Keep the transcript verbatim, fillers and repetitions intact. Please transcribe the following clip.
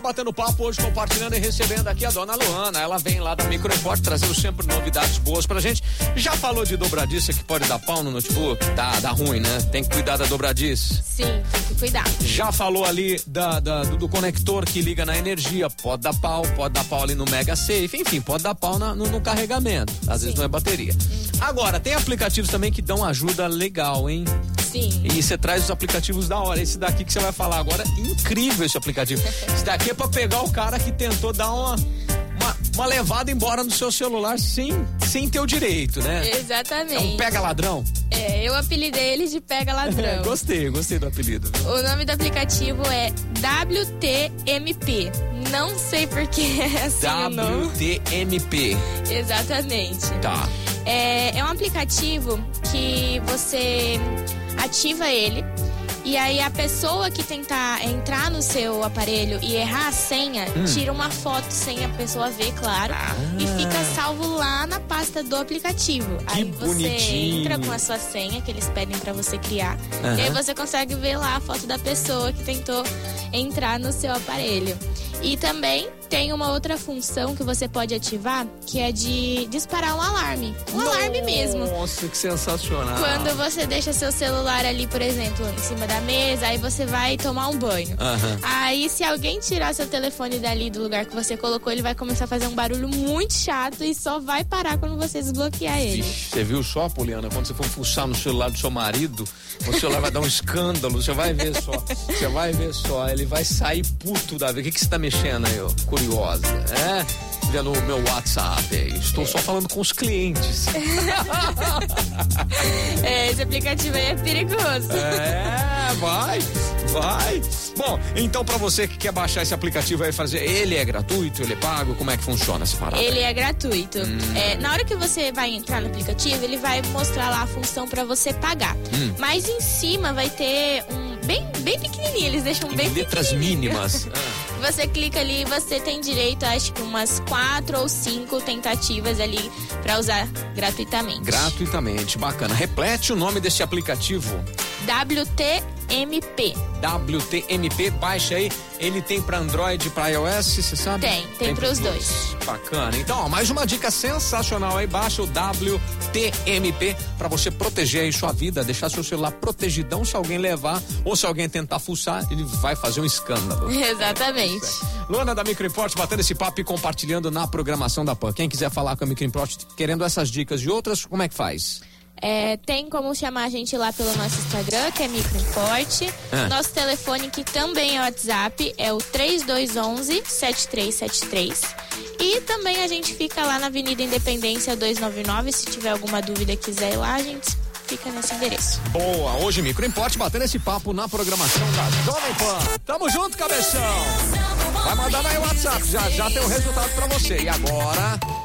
batendo papo hoje, compartilhando e recebendo aqui a dona Luana. Ela vem lá da Micro Import, trazendo sempre novidades boas pra gente. Já falou de dobradiça que pode dar pau no notebook? Dá, dá ruim, né? Tem que cuidar da dobradiça. Sim, tem que cuidar. Já falou ali da, da, do, do conector que liga na energia, pode dar pau, pode dar pau ali no Mega Safe, enfim, pode dar pau na, no, no carregamento, às Sim. vezes não é bateria. Hum. Agora, tem aplicativos também que dão ajuda legal, hein? Sim. E você traz os aplicativos da hora. Esse daqui que você vai falar agora, incrível esse aplicativo. Esse daqui é pra pegar o cara que tentou dar uma, uma, uma levada embora no seu celular sem, sem ter o direito, né? Exatamente. É um pega ladrão. É, eu apelidei ele de pega ladrão. É, gostei, gostei do apelido. O nome do aplicativo é W T M P. Não sei por que é assim o nome. W T M P. Exatamente. Tá. É, é um aplicativo que você ativa ele e aí a pessoa que tentar entrar no seu aparelho e errar a senha, hum. tira uma foto sem a pessoa ver, claro, ah. e fica salvo lá na pasta do aplicativo. Que aí bonitinho. Você entra com a sua senha que eles pedem pra você criar, uhum. e aí você consegue ver lá a foto da pessoa que tentou entrar no seu aparelho. E também tem uma outra função que você pode ativar, que é de disparar um alarme. Um Nossa, alarme mesmo. Nossa, que sensacional. Quando você deixa seu celular ali, por exemplo, em cima da mesa, aí você vai tomar um banho. Uhum. Aí, se alguém tirar seu telefone dali do lugar que você colocou, ele vai começar a fazer um barulho muito chato e só vai parar quando você desbloquear ele. Vixe, você viu só, Poliana, quando você for fuçar no celular do seu marido, o celular vai dar um escândalo, você vai ver só. Você vai ver só, ele vai sair puto da vida. O que, que você tá mexendo aí, ó? Curiosa, é? Vendo o meu WhatsApp aí. Estou só falando com os clientes. É, esse aplicativo aí é perigoso. É, vai, vai. Bom, então pra você que quer baixar esse aplicativo aí, fazer, ele é gratuito, ele é pago, como é que funciona essa parada? Ele é gratuito. Hum. É, na hora que você vai entrar no aplicativo, ele vai mostrar lá a função pra você pagar. Hum. Mas em cima vai ter um bem, bem pequenininho, eles deixam em bem letras mínimas. Você clica ali e você tem direito a acho que umas quatro ou cinco tentativas ali pra usar gratuitamente. Gratuitamente, bacana. Replete o nome desse aplicativo. W T M P. W T M P, baixa aí. Ele tem pra Android e pra iOS, você sabe? Tem, tem, tem pros dois. dois. Bacana. Então, ó, mais uma dica sensacional aí. Baixa o W T M P pra você proteger aí sua vida, deixar seu celular protegidão. Se alguém levar ou se alguém tentar fuçar, ele vai fazer um escândalo. Exatamente. Luana da Micro Import batendo esse papo e compartilhando na programação da Pan. Quem quiser falar com a Micro Import querendo essas dicas e outras, como é que faz? É, tem como chamar a gente lá pelo nosso Instagram, que é Micro Import. Ah. Nosso telefone, que também é WhatsApp, é o três dois um um, sete três sete três. E também a gente fica lá na Avenida Independência duzentos e noventa e nove. Se tiver alguma dúvida e quiser ir lá, a gente fica nesse endereço. Boa, hoje Micro Import batendo esse papo na programação da Jovem Pan. Tamo junto, cabeção. Vai mandar aí o WhatsApp, já já tem o resultado pra você. E agora...